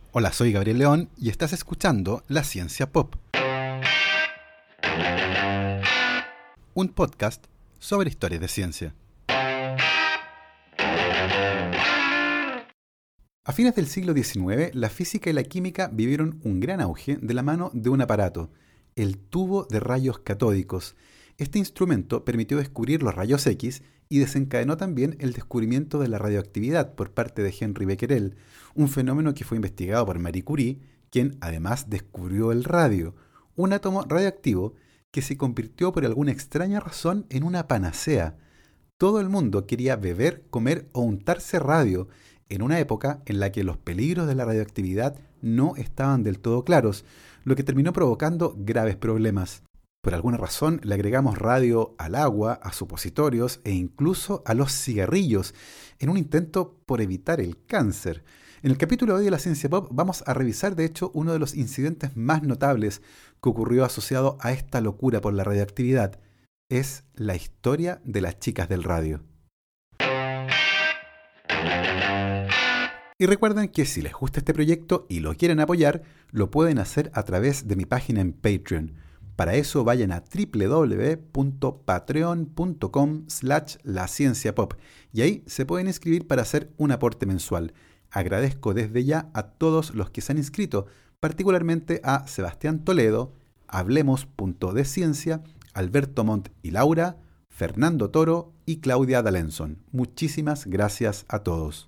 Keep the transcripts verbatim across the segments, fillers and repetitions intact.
Hola, soy Gabriel León y estás escuchando La Ciencia Pop, un podcast sobre historias de ciencia. A fines del siglo diecinueve, la física y la química vivieron un gran auge de la mano de un aparato, el tubo de rayos catódicos. Este instrumento permitió descubrir los rayos X y desencadenó también el descubrimiento de la radioactividad por parte de Henri Becquerel, un fenómeno que fue investigado por Marie Curie, quien además descubrió el radio, un átomo radioactivo que se convirtió por alguna extraña razón en una panacea. Todo el mundo quería beber, comer o untarse radio, en una época en la que los peligros de la radioactividad no estaban del todo claros, lo que terminó provocando graves problemas. Por alguna razón le agregamos radio al agua, a supositorios e incluso a los cigarrillos, en un intento por evitar el cáncer. En el capítulo de hoy de la Ciencia Pop vamos a revisar de hecho uno de los incidentes más notables que ocurrió asociado a esta locura por la radioactividad. Es la historia de las chicas del radio. Y recuerden que si les gusta este proyecto y lo quieren apoyar, lo pueden hacer a través de mi página en Patreon. Para eso vayan a doble u doble u doble u punto patreon punto com slash la ciencia pop y ahí se pueden inscribir para hacer un aporte mensual. Agradezco desde ya a todos los que se han inscrito, particularmente a Sebastián Toledo, Hablemos punto de Ciencia, Alberto Montt y Laura, Fernando Toro y Claudia D'Alenson. Muchísimas gracias a todos.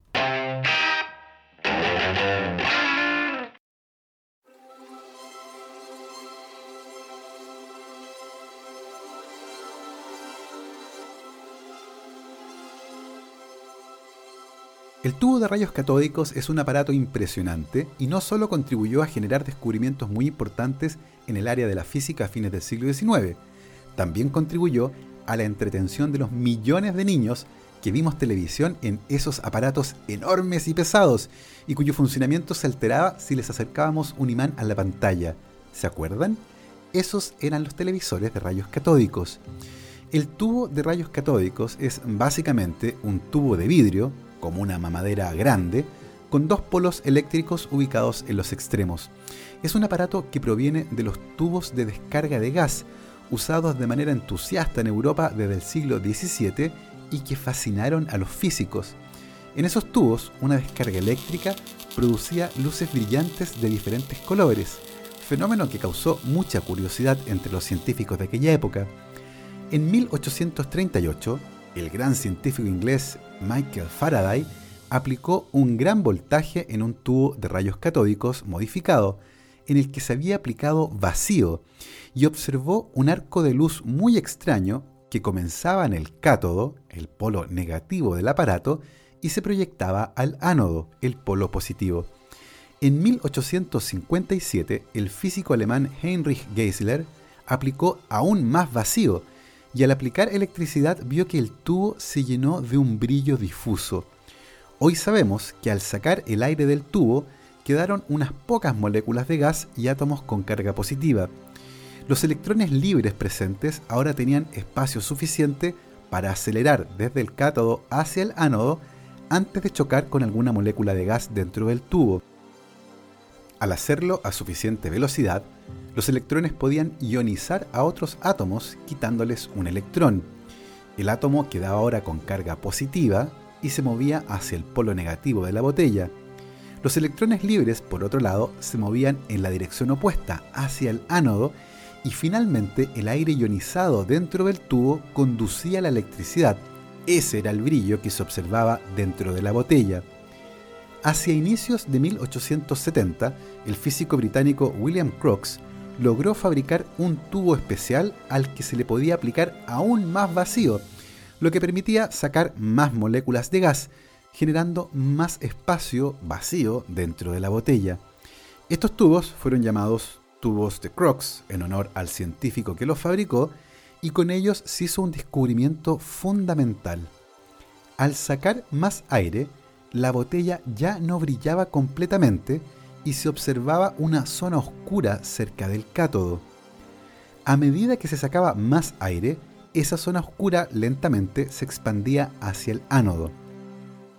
El tubo de rayos catódicos es un aparato impresionante y no solo contribuyó a generar descubrimientos muy importantes en el área de la física a fines del siglo diecinueve, también contribuyó a la entretención de los millones de niños que vimos televisión en esos aparatos enormes y pesados y cuyo funcionamiento se alteraba si les acercábamos un imán a la pantalla. ¿Se acuerdan? Esos eran los televisores de rayos catódicos. El tubo de rayos catódicos es básicamente un tubo de vidrio, como una mamadera grande, con dos polos eléctricos ubicados en los extremos. Es un aparato que proviene de los tubos de descarga de gas, usados de manera entusiasta en Europa desde el siglo diecisiete y que fascinaron a los físicos. En esos tubos, una descarga eléctrica producía luces brillantes de diferentes colores, fenómeno que causó mucha curiosidad entre los científicos de aquella época. En mil ochocientos treinta y ocho, el gran científico inglés Michael Faraday aplicó un gran voltaje en un tubo de rayos catódicos modificado, en el que se había aplicado vacío, y observó un arco de luz muy extraño que comenzaba en el cátodo, el polo negativo del aparato, y se proyectaba al ánodo, el polo positivo. En mil ochocientos cincuenta y siete, el físico alemán Heinrich Geissler aplicó aún más vacío, y al aplicar electricidad vio que el tubo se llenó de un brillo difuso. Hoy sabemos que al sacar el aire del tubo quedaron unas pocas moléculas de gas y átomos con carga positiva. Los electrones libres presentes ahora tenían espacio suficiente para acelerar desde el cátodo hacia el ánodo antes de chocar con alguna molécula de gas dentro del tubo. Al hacerlo a suficiente velocidad, los electrones podían ionizar a otros átomos quitándoles un electrón. El átomo quedaba ahora con carga positiva y se movía hacia el polo negativo de la botella. Los electrones libres, por otro lado, se movían en la dirección opuesta, hacia el ánodo, y finalmente el aire ionizado dentro del tubo conducía la electricidad. Ese era el brillo que se observaba dentro de la botella. Hacia inicios de mil ochocientos setenta, el físico británico William Crookes logró fabricar un tubo especial al que se le podía aplicar aún más vacío, lo que permitía sacar más moléculas de gas, generando más espacio vacío dentro de la botella. Estos tubos fueron llamados tubos de Crookes en honor al científico que los fabricó, y con ellos se hizo un descubrimiento fundamental. Al sacar más aire, la botella ya no brillaba completamente y se observaba una zona oscura cerca del cátodo. A medida que se sacaba más aire, esa zona oscura lentamente se expandía hacia el ánodo.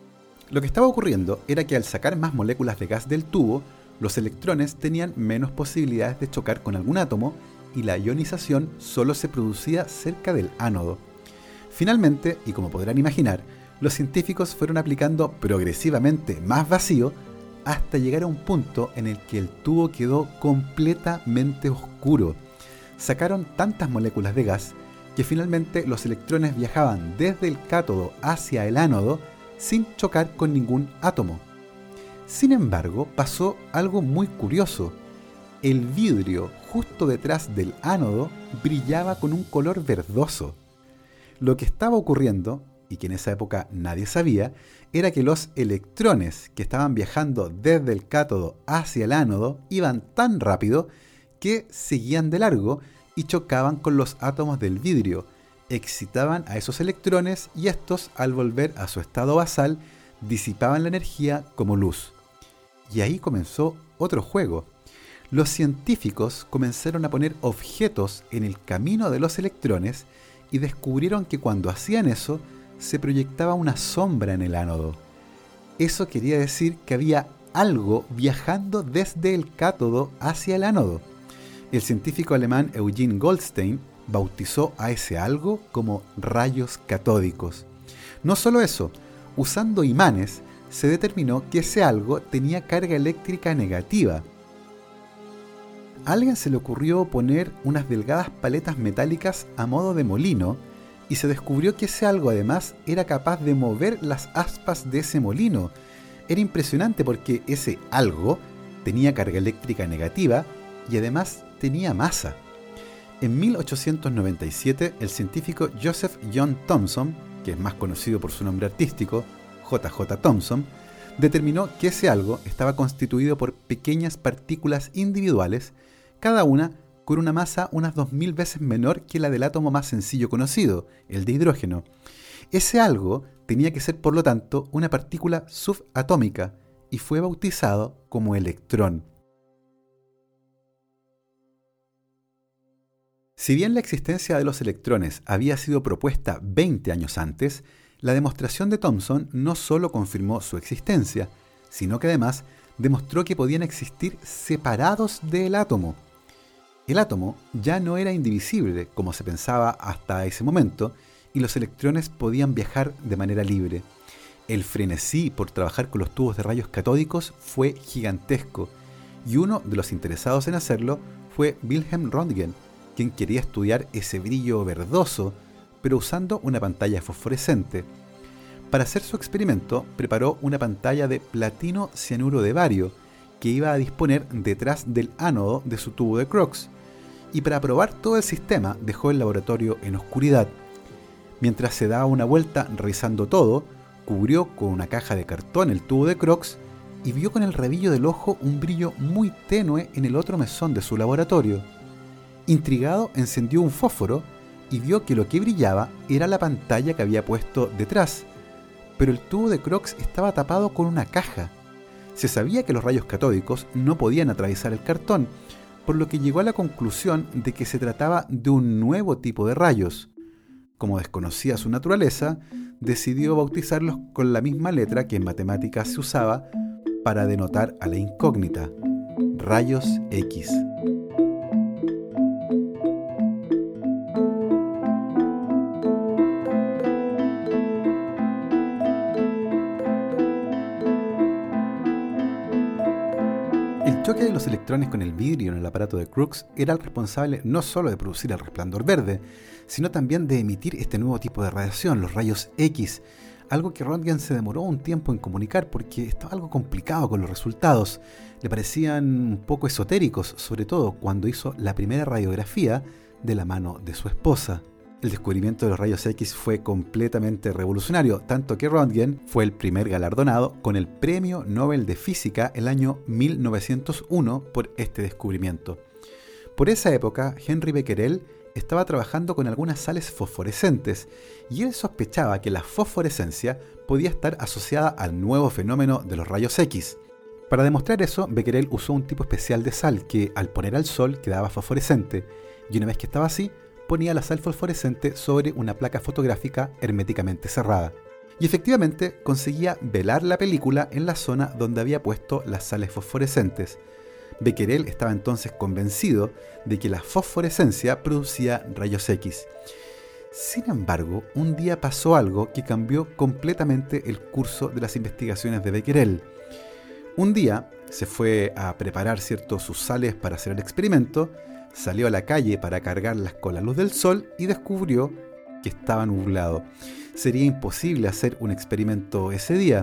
Lo que estaba ocurriendo era que al sacar más moléculas de gas del tubo, los electrones tenían menos posibilidades de chocar con algún átomo y la ionización solo se producía cerca del ánodo. Finalmente, y como podrán imaginar, los científicos fueron aplicando progresivamente más vacío hasta llegar a un punto en el que el tubo quedó completamente oscuro. Sacaron tantas moléculas de gas que finalmente los electrones viajaban desde el cátodo hacia el ánodo sin chocar con ningún átomo. Sin embargo, pasó algo muy curioso. El vidrio justo detrás del ánodo brillaba con un color verdoso. Lo que estaba ocurriendo, y que en esa época nadie sabía, era que los electrones que estaban viajando desde el cátodo hacia el ánodo iban tan rápido que seguían de largo y chocaban con los átomos del vidrio, excitaban a esos electrones y estos, al volver a su estado basal, disipaban la energía como luz. Y ahí comenzó otro juego. Los científicos comenzaron a poner objetos en el camino de los electrones y descubrieron que cuando hacían eso, se proyectaba una sombra en el ánodo. Eso quería decir que había algo viajando desde el cátodo hacia el ánodo. El científico alemán Eugene Goldstein bautizó a ese algo como rayos catódicos. No solo eso, usando imanes se determinó que ese algo tenía carga eléctrica negativa. A alguien se le ocurrió poner unas delgadas paletas metálicas a modo de molino y se descubrió que ese algo además era capaz de mover las aspas de ese molino. Era impresionante porque ese algo tenía carga eléctrica negativa y además tenía masa. En mil ochocientos noventa y siete, el científico Joseph John Thomson, que es más conocido por su nombre artístico, J J Thomson, determinó que ese algo estaba constituido por pequeñas partículas individuales, cada una con una masa unas dos mil veces menor que la del átomo más sencillo conocido, el de hidrógeno. Ese algo tenía que ser, por lo tanto, una partícula subatómica y fue bautizado como electrón. Si bien la existencia de los electrones había sido propuesta veinte años antes, la demostración de Thomson no solo confirmó su existencia, sino que además demostró que podían existir separados del átomo. El átomo ya no era indivisible, como se pensaba hasta ese momento, y los electrones podían viajar de manera libre. El frenesí por trabajar con los tubos de rayos catódicos fue gigantesco, y uno de los interesados en hacerlo fue Wilhelm Röntgen, quien quería estudiar ese brillo verdoso, pero usando una pantalla fosforescente. Para hacer su experimento, preparó una pantalla de platino cianuro de bario, que iba a disponer detrás del ánodo de su tubo de Crookes, y para probar todo el sistema dejó el laboratorio en oscuridad. Mientras se daba una vuelta revisando todo, cubrió con una caja de cartón el tubo de Crookes y vio con el rabillo del ojo un brillo muy tenue en el otro mesón de su laboratorio. Intrigado, encendió un fósforo y vio que lo que brillaba era la pantalla que había puesto detrás, pero el tubo de Crookes estaba tapado con una caja. Se sabía que los rayos catódicos no podían atravesar el cartón, por lo que llegó a la conclusión de que se trataba de un nuevo tipo de rayos. Como desconocía su naturaleza, decidió bautizarlos con la misma letra que en matemáticas se usaba para denotar a la incógnita: rayos X. El choque de los electrones con el vidrio en el aparato de Crookes era el responsable no solo de producir el resplandor verde, sino también de emitir este nuevo tipo de radiación, los rayos X, algo que Röntgen se demoró un tiempo en comunicar porque estaba algo complicado con los resultados. Le parecían un poco esotéricos, sobre todo cuando hizo la primera radiografía de la mano de su esposa. El descubrimiento de los rayos X fue completamente revolucionario, tanto que Röntgen fue el primer galardonado con el Premio Nobel de Física el año mil novecientos uno por este descubrimiento. Por esa época, Henri Becquerel estaba trabajando con algunas sales fosforescentes y él sospechaba que la fosforescencia podía estar asociada al nuevo fenómeno de los rayos X. Para demostrar eso, Becquerel usó un tipo especial de sal que, al poner al sol, quedaba fosforescente, y una vez que estaba así, ponía la sal fosforescente sobre una placa fotográfica herméticamente cerrada. Y efectivamente conseguía velar la película en la zona donde había puesto las sales fosforescentes. Becquerel estaba entonces convencido de que la fosforescencia producía rayos X. Sin embargo, un día pasó algo que cambió completamente el curso de las investigaciones de Becquerel. Un día se fue a preparar cierto, sus sales para hacer el experimento, salió a la calle para cargarlas con la luz del sol y descubrió que estaba nublado. Sería imposible hacer un experimento ese día.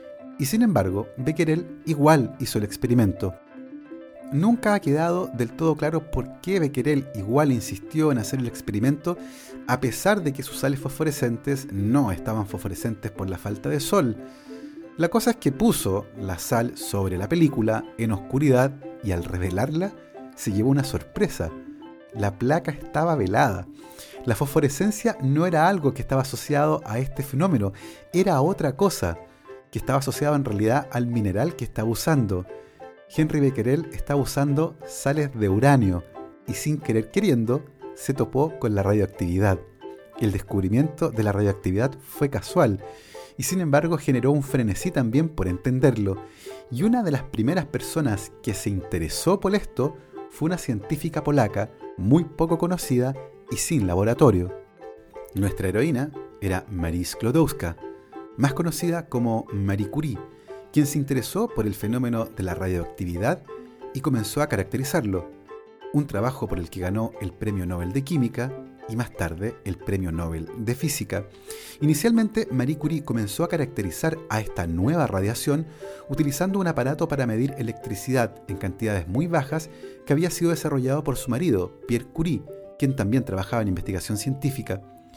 Y sin embargo, Becquerel igual hizo el experimento. Nunca ha quedado del todo claro por qué Becquerel igual insistió en hacer el experimento, a pesar de que sus sales fosforescentes no estaban fosforescentes por la falta de sol. La cosa es que puso la sal sobre la película en oscuridad y al revelarla se llevó una sorpresa. La placa estaba velada. La fosforescencia no era algo que estaba asociado a este fenómeno, era otra cosa, que estaba asociado en realidad al mineral que estaba usando. Henri Becquerel estaba usando sales de uranio y sin querer queriendo se topó con la radioactividad. El descubrimiento de la radioactividad fue casual y sin embargo generó un frenesí también por entenderlo. Y una de las primeras personas que se interesó por esto fue una científica polaca muy poco conocida y sin laboratorio. Nuestra heroína era Marie Sklodowska, más conocida como Marie Curie, quien se interesó por el fenómeno de la radioactividad y comenzó a caracterizarlo, un trabajo por el que ganó el Premio Nobel de Química y más tarde el Premio Nobel de Física. Inicialmente, Marie Curie comenzó a caracterizar a esta nueva radiación utilizando un aparato para medir electricidad en cantidades muy bajas que había sido desarrollado por su marido, Pierre Curie, quien también trabajaba en investigación científica.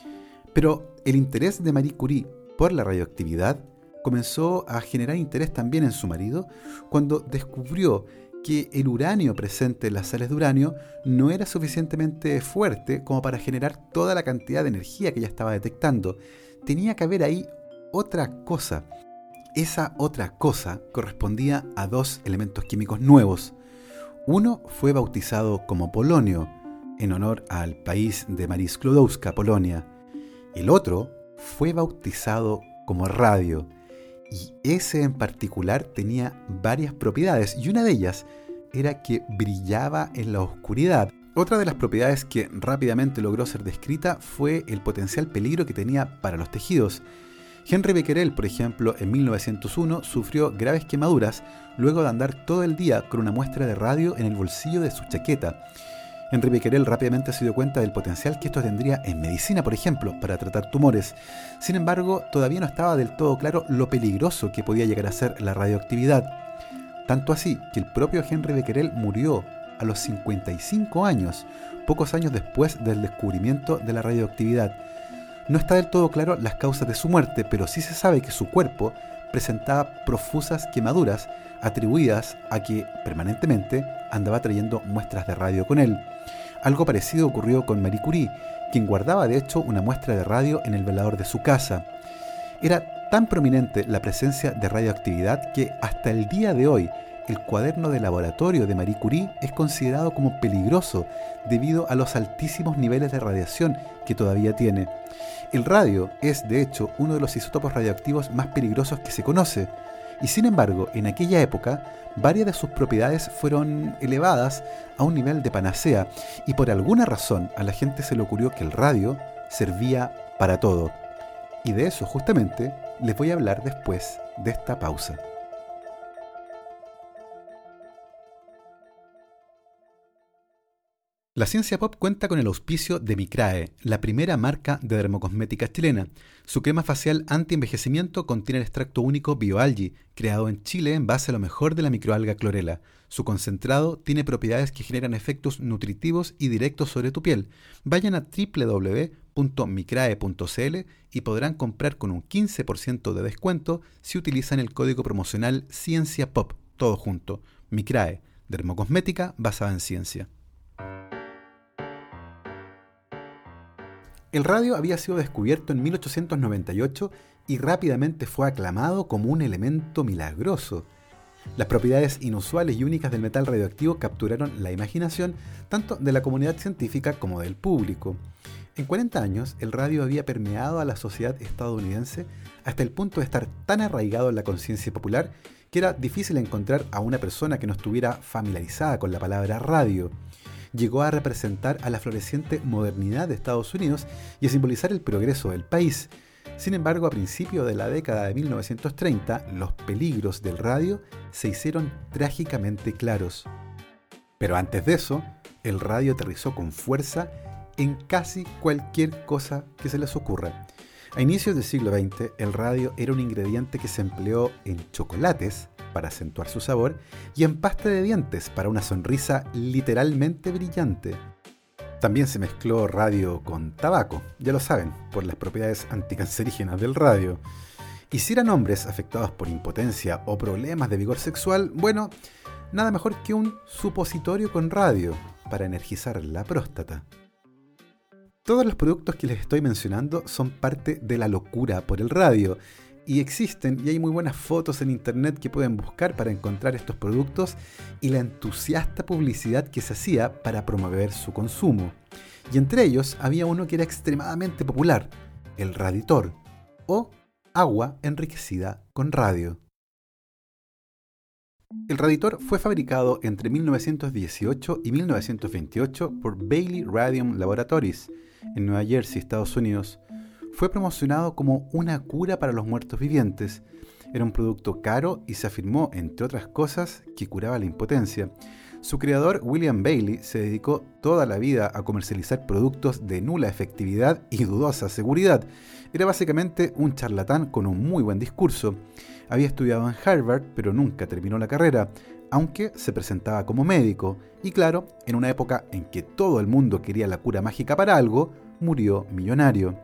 Pero el interés de Marie Curie por la radioactividad comenzó a generar interés también en su marido cuando descubrió que el uranio presente en las sales de uranio no era suficientemente fuerte como para generar toda la cantidad de energía que ella estaba detectando. Tenía que haber ahí otra cosa. Esa otra cosa correspondía a dos elementos químicos nuevos. Uno fue bautizado como polonio, en honor al país de Marie Sklodowska, Polonia. El otro fue bautizado como radio. Y ese en particular tenía varias propiedades y una de ellas era que brillaba en la oscuridad. Otra de las propiedades que rápidamente logró ser descrita fue el potencial peligro que tenía para los tejidos. Henri Becquerel, por ejemplo, en mil novecientos uno sufrió graves quemaduras luego de andar todo el día con una muestra de radio en el bolsillo de su chaqueta. Henri Becquerel rápidamente se dio cuenta del potencial que esto tendría en medicina, por ejemplo, para tratar tumores. Sin embargo, todavía no estaba del todo claro lo peligroso que podía llegar a ser la radioactividad. Tanto así que el propio Henri Becquerel murió a los cincuenta y cinco años, pocos años después del descubrimiento de la radioactividad. No está del todo claro las causas de su muerte, pero sí se sabe que su cuerpo presentaba profusas quemaduras atribuidas a que permanentemente andaba trayendo muestras de radio con él. Algo parecido ocurrió con Marie Curie, quien guardaba de hecho una muestra de radio en el velador de su casa. Era tan prominente la presencia de radioactividad que hasta el día de hoy el cuaderno de laboratorio de Marie Curie es considerado como peligroso debido a los altísimos niveles de radiación que todavía tiene. El radio es, de hecho, uno de los isótopos radioactivos más peligrosos que se conoce, y sin embargo, en aquella época, varias de sus propiedades fueron elevadas a un nivel de panacea, y por alguna razón a la gente se le ocurrió que el radio servía para todo. Y de eso justamente les voy a hablar después de esta pausa. La Ciencia Pop cuenta con el auspicio de Micrae, la primera marca de dermocosmética chilena. Su crema facial anti-envejecimiento contiene el extracto único BioAlgae, creado en Chile en base a lo mejor de la microalga clorela. Su concentrado tiene propiedades que generan efectos nutritivos y directos sobre tu piel. Vayan a doble u doble u doble u punto micrae punto c l y podrán comprar con un quince por ciento de descuento si utilizan el código promocional CienciaPop, todo junto. Micrae, dermocosmética basada en ciencia. El radio había sido descubierto en mil ochocientos noventa y ocho y rápidamente fue aclamado como un elemento milagroso. Las propiedades inusuales y únicas del metal radioactivo capturaron la imaginación tanto de la comunidad científica como del público. En cuarenta años, el radio había permeado a la sociedad estadounidense hasta el punto de estar tan arraigado en la conciencia popular que era difícil encontrar a una persona que no estuviera familiarizada con la palabra radio. Llegó a representar a la floreciente modernidad de Estados Unidos y a simbolizar el progreso del país. Sin embargo, a principios de la década de mil novecientos treinta, los peligros del radio se hicieron trágicamente claros. Pero antes de eso, el radio aterrizó con fuerza en casi cualquier cosa que se les ocurra. A inicios del siglo veinte, el radio era un ingrediente que se empleó en chocolates para acentuar su sabor y en pasta de dientes para una sonrisa literalmente brillante. También se mezcló radio con tabaco, ya lo saben, por las propiedades anticancerígenas del radio. Y si eran hombres afectados por impotencia o problemas de vigor sexual, bueno, nada mejor que un supositorio con radio para energizar la próstata. Todos los productos que les estoy mencionando son parte de la locura por el radio y existen y hay muy buenas fotos en internet que pueden buscar para encontrar estos productos y la entusiasta publicidad que se hacía para promover su consumo. Y entre ellos había uno que era extremadamente popular, el Raditor o agua enriquecida con radio. El Raditor fue fabricado entre mil novecientos dieciocho y mil novecientos veintiocho por Bailey Radium Laboratories en Nueva Jersey, Estados Unidos. Fue promocionado como una cura para los muertos vivientes. Era un producto caro y se afirmó, entre otras cosas, que curaba la impotencia. Su creador, William Bailey, se dedicó toda la vida a comercializar productos de nula efectividad y dudosa seguridad. Era básicamente un charlatán con un muy buen discurso. Había estudiado en Harvard, pero nunca terminó la carrera, aunque se presentaba como médico. Y claro, en una época en que todo el mundo quería la cura mágica para algo, murió millonario.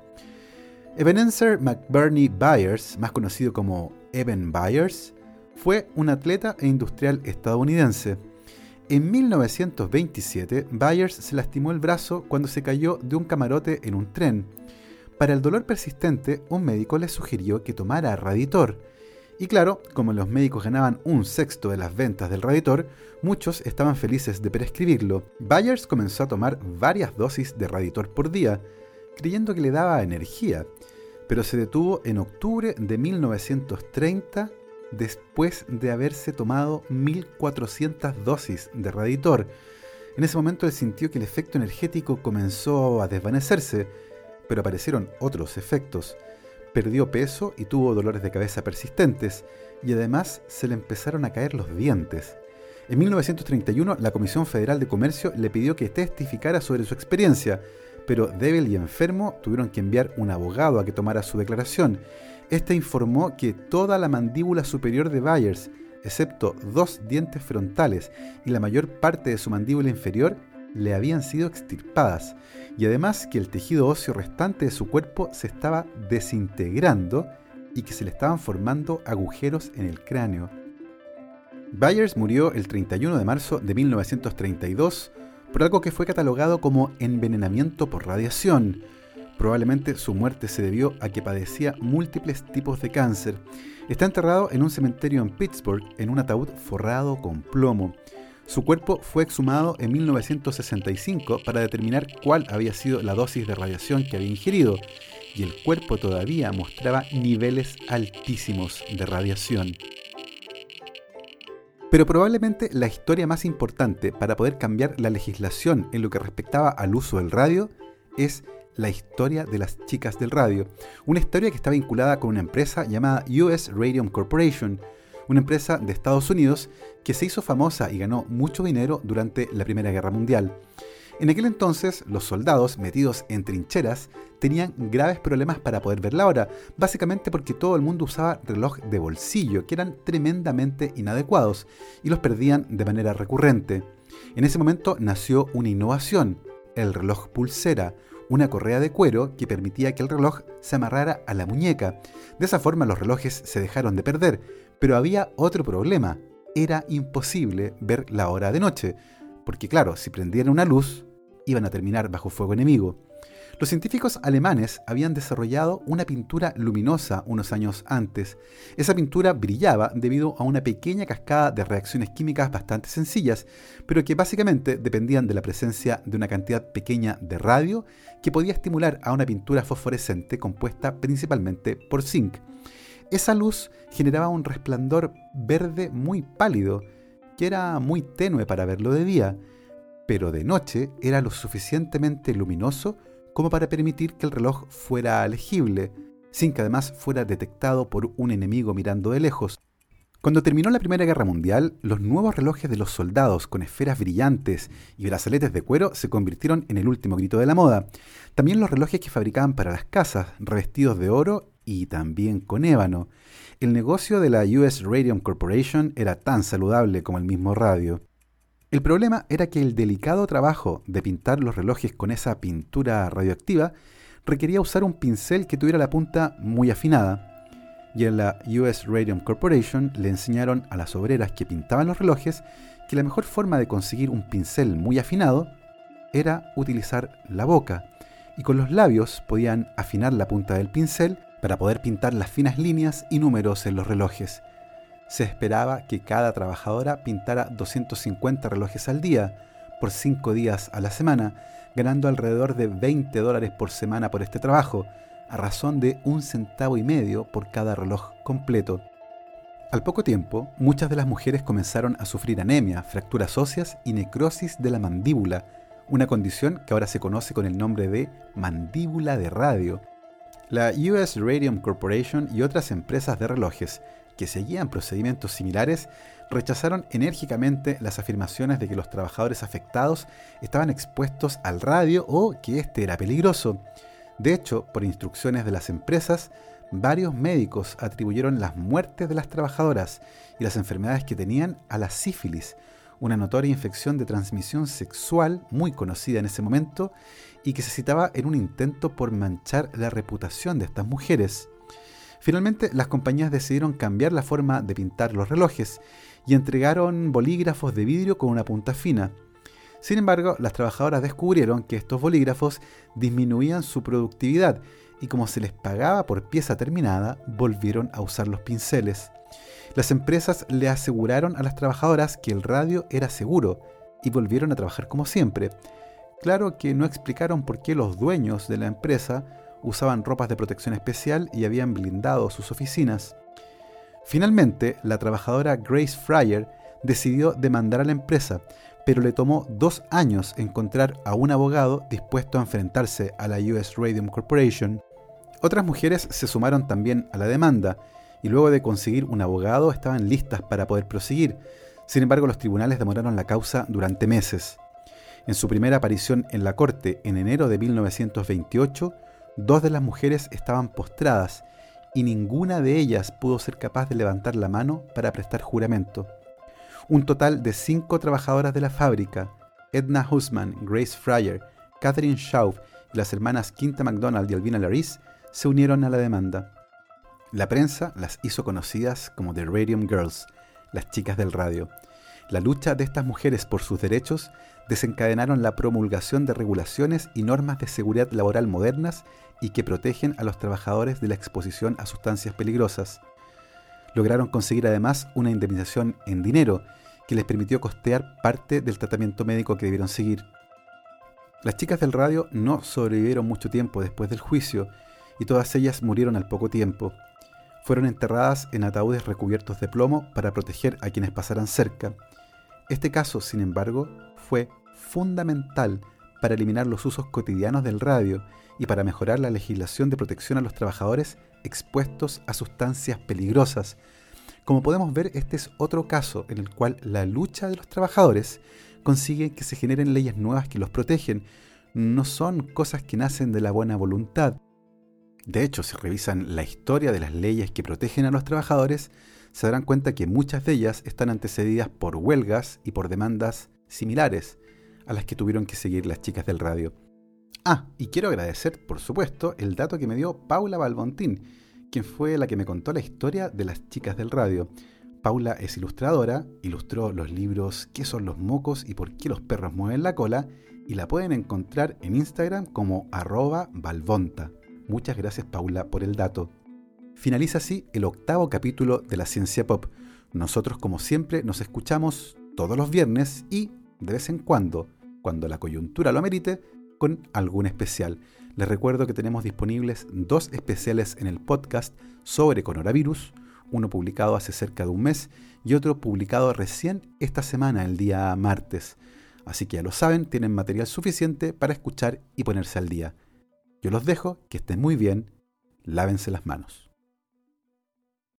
Ebenezer McBurney Byers, más conocido como Eben Byers, fue un atleta e industrial estadounidense. En mil novecientos veintisiete, Byers se lastimó el brazo cuando se cayó de un camarote en un tren. Para el dolor persistente, un médico le sugirió que tomara Raditor. Y claro, como los médicos ganaban un sexto de las ventas del Raditor, muchos estaban felices de prescribirlo. Byers comenzó a tomar varias dosis de Raditor por día, creyendo que le daba energía, pero se detuvo en octubre de mil novecientos treinta después de haberse tomado mil cuatrocientas dosis de Raditor. En ese momento él sintió que el efecto energético comenzó a desvanecerse, pero aparecieron otros efectos. Perdió peso y tuvo dolores de cabeza persistentes, y además se le empezaron a caer los dientes. En mil novecientos treinta y uno, la Comisión Federal de Comercio le pidió que testificara sobre su experiencia, pero débil y enfermo tuvieron que enviar un abogado a que tomara su declaración. Este informó que toda la mandíbula superior de Byers, excepto dos dientes frontales y la mayor parte de su mandíbula inferior, le habían sido extirpadas, y además que el tejido óseo restante de su cuerpo se estaba desintegrando y que se le estaban formando agujeros en el cráneo. Byers murió el treinta y uno de marzo de mil novecientos treinta y dos por algo que fue catalogado como envenenamiento por radiación. Probablemente su muerte se debió a que padecía múltiples tipos de cáncer. Está enterrado en un cementerio en Pittsburgh en un ataúd forrado con plomo. Su cuerpo fue exhumado en mil novecientos sesenta y cinco para determinar cuál había sido la dosis de radiación que había ingerido, y el cuerpo todavía mostraba niveles altísimos de radiación. Pero probablemente la historia más importante para poder cambiar la legislación en lo que respectaba al uso del radio es la historia de las chicas del radio, una historia que está vinculada con una empresa llamada U S Radium Corporation, una empresa de Estados Unidos que se hizo famosa y ganó mucho dinero durante la Primera Guerra Mundial. En aquel entonces, los soldados metidos en trincheras tenían graves problemas para poder ver la hora, básicamente porque todo el mundo usaba reloj de bolsillo, que eran tremendamente inadecuados, y los perdían de manera recurrente. En ese momento nació una innovación, el reloj pulsera, una correa de cuero que permitía que el reloj se amarrara a la muñeca. De esa forma los relojes se dejaron de perder, pero había otro problema, era imposible ver la hora de noche, porque claro, si prendieran una luz, iban a terminar bajo fuego enemigo. Los científicos alemanes habían desarrollado una pintura luminosa unos años antes. Esa pintura brillaba debido a una pequeña cascada de reacciones químicas bastante sencillas, pero que básicamente dependían de la presencia de una cantidad pequeña de radio que podía estimular a una pintura fosforescente compuesta principalmente por zinc. Esa luz generaba un resplandor verde muy pálido, que era muy tenue para verlo de día, pero de noche era lo suficientemente luminoso como para permitir que el reloj fuera legible, sin que además fuera detectado por un enemigo mirando de lejos. Cuando terminó la Primera Guerra Mundial, los nuevos relojes de los soldados con esferas brillantes y brazaletes de cuero se convirtieron en el último grito de la moda. También los relojes que fabricaban para las casas, revestidos de oro y también con ébano. El negocio de la U S Radium Corporation era tan saludable como el mismo radio. El problema era que el delicado trabajo de pintar los relojes con esa pintura radioactiva requería usar un pincel que tuviera la punta muy afinada. Y en la U S Radium Corporation le enseñaron a las obreras que pintaban los relojes que la mejor forma de conseguir un pincel muy afinado era utilizar la boca, y con los labios podían afinar la punta del pincel para poder pintar las finas líneas y números en los relojes. Se esperaba que cada trabajadora pintara doscientos cincuenta relojes al día, por cinco días a la semana, ganando alrededor de veinte dólares por semana por este trabajo, a razón de un centavo y medio por cada reloj completo. Al poco tiempo, muchas de las mujeres comenzaron a sufrir anemia, fracturas óseas y necrosis de la mandíbula, una condición que ahora se conoce con el nombre de mandíbula de radio. La U S Radium Corporation y otras empresas de relojes que seguían procedimientos similares rechazaron enérgicamente las afirmaciones de que los trabajadores afectados estaban expuestos al radio o que este era peligroso. De hecho, por instrucciones de las empresas, varios médicos atribuyeron las muertes de las trabajadoras y las enfermedades que tenían a la sífilis, una notoria infección de transmisión sexual muy conocida en ese momento y que se citaba en un intento por manchar la reputación de estas mujeres. Finalmente, las compañías decidieron cambiar la forma de pintar los relojes y entregaron bolígrafos de vidrio con una punta fina. Sin embargo, las trabajadoras descubrieron que estos bolígrafos disminuían su productividad y como se les pagaba por pieza terminada, volvieron a usar los pinceles. Las empresas le aseguraron a las trabajadoras que el radio era seguro y volvieron a trabajar como siempre. Claro que no explicaron por qué los dueños de la empresa usaban ropas de protección especial y habían blindado sus oficinas. Finalmente, la trabajadora Grace Fryer decidió demandar a la empresa, pero le tomó dos años encontrar a un abogado dispuesto a enfrentarse a la U S Radium Corporation. Otras mujeres se sumaron también a la demanda, y luego de conseguir un abogado estaban listas para poder proseguir. Sin embargo, los tribunales demoraron la causa durante meses. En su primera aparición en la corte en enero de mil novecientos veintiocho, dos de las mujeres estaban postradas y ninguna de ellas pudo ser capaz de levantar la mano para prestar juramento. Un total de cinco trabajadoras de la fábrica, Edna Husman, Grace Fryer, Catherine Schaub y las hermanas Quinta MacDonald y Alvina Laris, se unieron a la demanda. La prensa las hizo conocidas como The Radium Girls, las chicas del radio. La lucha de estas mujeres por sus derechos desencadenaron la promulgación de regulaciones y normas de seguridad laboral modernas y que protegen a los trabajadores de la exposición a sustancias peligrosas. Lograron conseguir además una indemnización en dinero que les permitió costear parte del tratamiento médico que debieron seguir. Las chicas del radio no sobrevivieron mucho tiempo después del juicio y todas ellas murieron al poco tiempo. Fueron enterradas en ataúdes recubiertos de plomo para proteger a quienes pasaran cerca. Este caso, sin embargo, fue fundamental para eliminar los usos cotidianos del radio y para mejorar la legislación de protección a los trabajadores expuestos a sustancias peligrosas. Como podemos ver, este es otro caso en el cual la lucha de los trabajadores consigue que se generen leyes nuevas que los protegen. No son cosas que nacen de la buena voluntad. De hecho, si revisan la historia de las leyes que protegen a los trabajadores, se darán cuenta que muchas de ellas están antecedidas por huelgas y por demandas similares a las que tuvieron que seguir las chicas del radio. Ah, y quiero agradecer, por supuesto, el dato que me dio Paula Balbontín, quien fue la que me contó la historia de las chicas del radio. Paula es ilustradora, ilustró los libros ¿Qué son los mocos y por qué los perros mueven la cola? Y la pueden encontrar en Instagram como arroba valvonta. Muchas gracias, Paula, por el dato. Finaliza así el octavo capítulo de La Ciencia Pop. Nosotros, como siempre, nos escuchamos todos los viernes y, de vez en cuando, cuando la coyuntura lo amerite, con algún especial. Les recuerdo que tenemos disponibles dos especiales en el podcast sobre coronavirus, uno publicado hace cerca de un mes y otro publicado recién esta semana, el día martes. Así que ya lo saben, tienen material suficiente para escuchar y ponerse al día. Yo los dejo, que estén muy bien, lávense las manos.